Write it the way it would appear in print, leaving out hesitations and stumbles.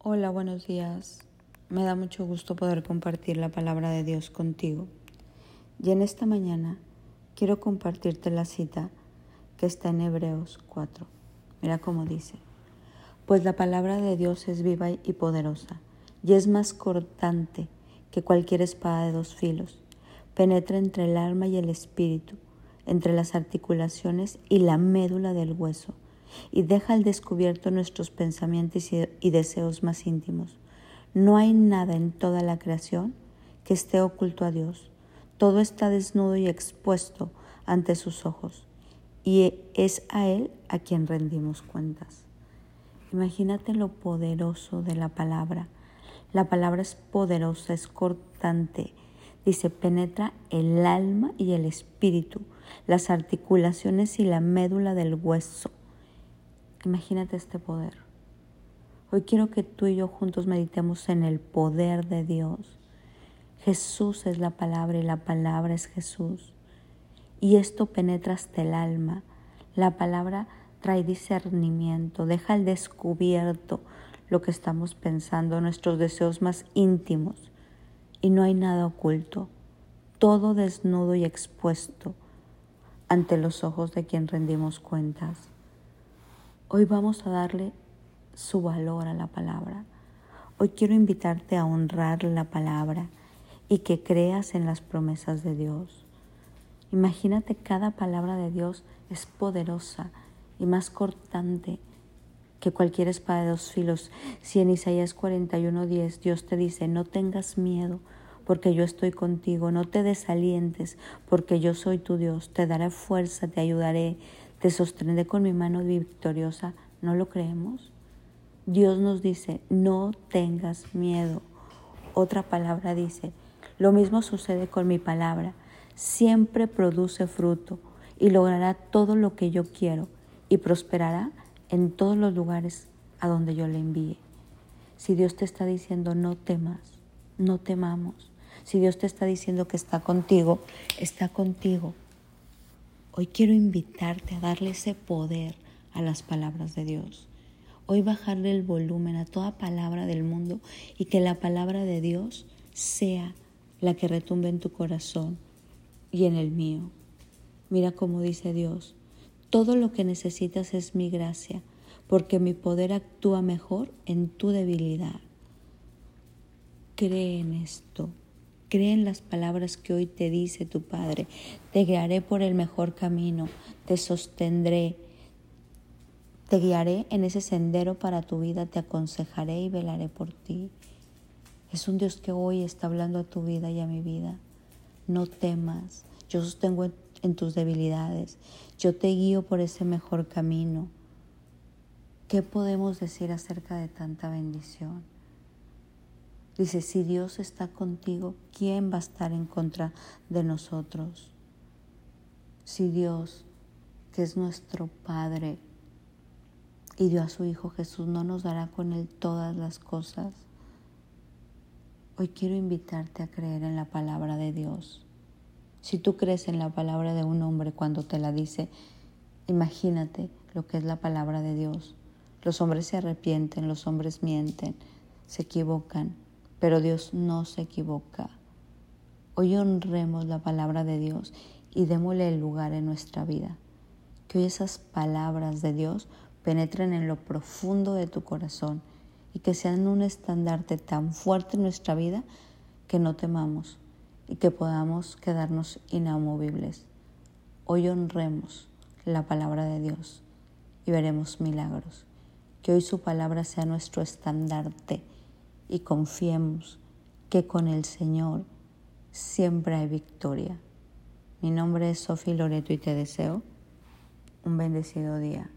Hola, buenos días. Me da mucho gusto poder compartir la palabra de Dios contigo. Y en esta mañana quiero compartirte la cita que está en Hebreos 4. Mira cómo dice: pues la palabra de Dios es viva y poderosa, y es más cortante que cualquier espada de dos filos. Penetra entre el alma y el espíritu, entre las articulaciones y la médula del hueso, y deja al descubierto nuestros pensamientos y deseos más íntimos. No hay nada en toda la creación que esté oculto a Dios. Todo está desnudo y expuesto ante sus ojos, y es a Él a quien rendimos cuentas. Imagínate lo poderoso de la palabra. La palabra es poderosa, es cortante. Dice, penetra el alma y el espíritu, las articulaciones y la médula del hueso. Imagínate este poder. Hoy quiero que tú y yo juntos meditemos en el poder de Dios. Jesús es la palabra y la palabra es Jesús. Y esto penetra hasta el alma. La palabra trae discernimiento, deja al descubierto lo que estamos pensando, nuestros deseos más íntimos. Y no hay nada oculto, todo desnudo y expuesto ante los ojos de quien rendimos cuentas. Hoy vamos a darle su valor a la palabra. Hoy quiero invitarte a honrar la palabra y que creas en las promesas de Dios. Imagínate, cada palabra de Dios es poderosa y más cortante que cualquier espada de dos filos. Si en Isaías 41:10 Dios te dice, no tengas miedo porque yo estoy contigo, no te desalientes porque yo soy tu Dios, te daré fuerza, te ayudaré, te sostendré con mi mano victoriosa, ¿no lo creemos? Dios nos dice, no tengas miedo. Otra palabra dice, lo mismo sucede con mi palabra, siempre produce fruto y logrará todo lo que yo quiero y prosperará en todos los lugares a donde yo le envíe. Si Dios te está diciendo no temas, no temamos. Si Dios te está diciendo que está contigo, está contigo. Hoy quiero invitarte a darle ese poder a las palabras de Dios. Hoy bajarle el volumen a toda palabra del mundo y que la palabra de Dios sea la que retumbe en tu corazón y en el mío. Mira cómo dice Dios, todo lo que necesitas es mi gracia, porque mi poder actúa mejor en tu debilidad. Cree en esto. Cree en las palabras que hoy te dice tu Padre. Te guiaré por el mejor camino, te sostendré, te guiaré en ese sendero para tu vida, te aconsejaré y velaré por ti. Es un Dios que hoy está hablando a tu vida y a mi vida. No temas, yo sostengo en tus debilidades, yo te guío por ese mejor camino. ¿Qué podemos decir acerca de tanta bendición? Dice, si Dios está contigo, ¿quién va a estar en contra de nosotros? Si Dios, que es nuestro Padre, y dio a su Hijo Jesús, ¿no nos dará con Él todas las cosas? Hoy quiero invitarte a creer en la palabra de Dios. Si tú crees en la palabra de un hombre cuando te la dice, imagínate lo que es la palabra de Dios. Los hombres se arrepienten, los hombres mienten, se equivocan, pero Dios no se equivoca. Hoy honremos la palabra de Dios y démosle el lugar en nuestra vida. Que hoy esas palabras de Dios penetren en lo profundo de tu corazón y que sean un estandarte tan fuerte en nuestra vida que no temamos y que podamos quedarnos inamovibles. Hoy honremos la palabra de Dios y veremos milagros. Que hoy su palabra sea nuestro estandarte y confiemos que con el Señor siempre hay victoria. Mi nombre es Sofía Loreto y te deseo un bendecido día.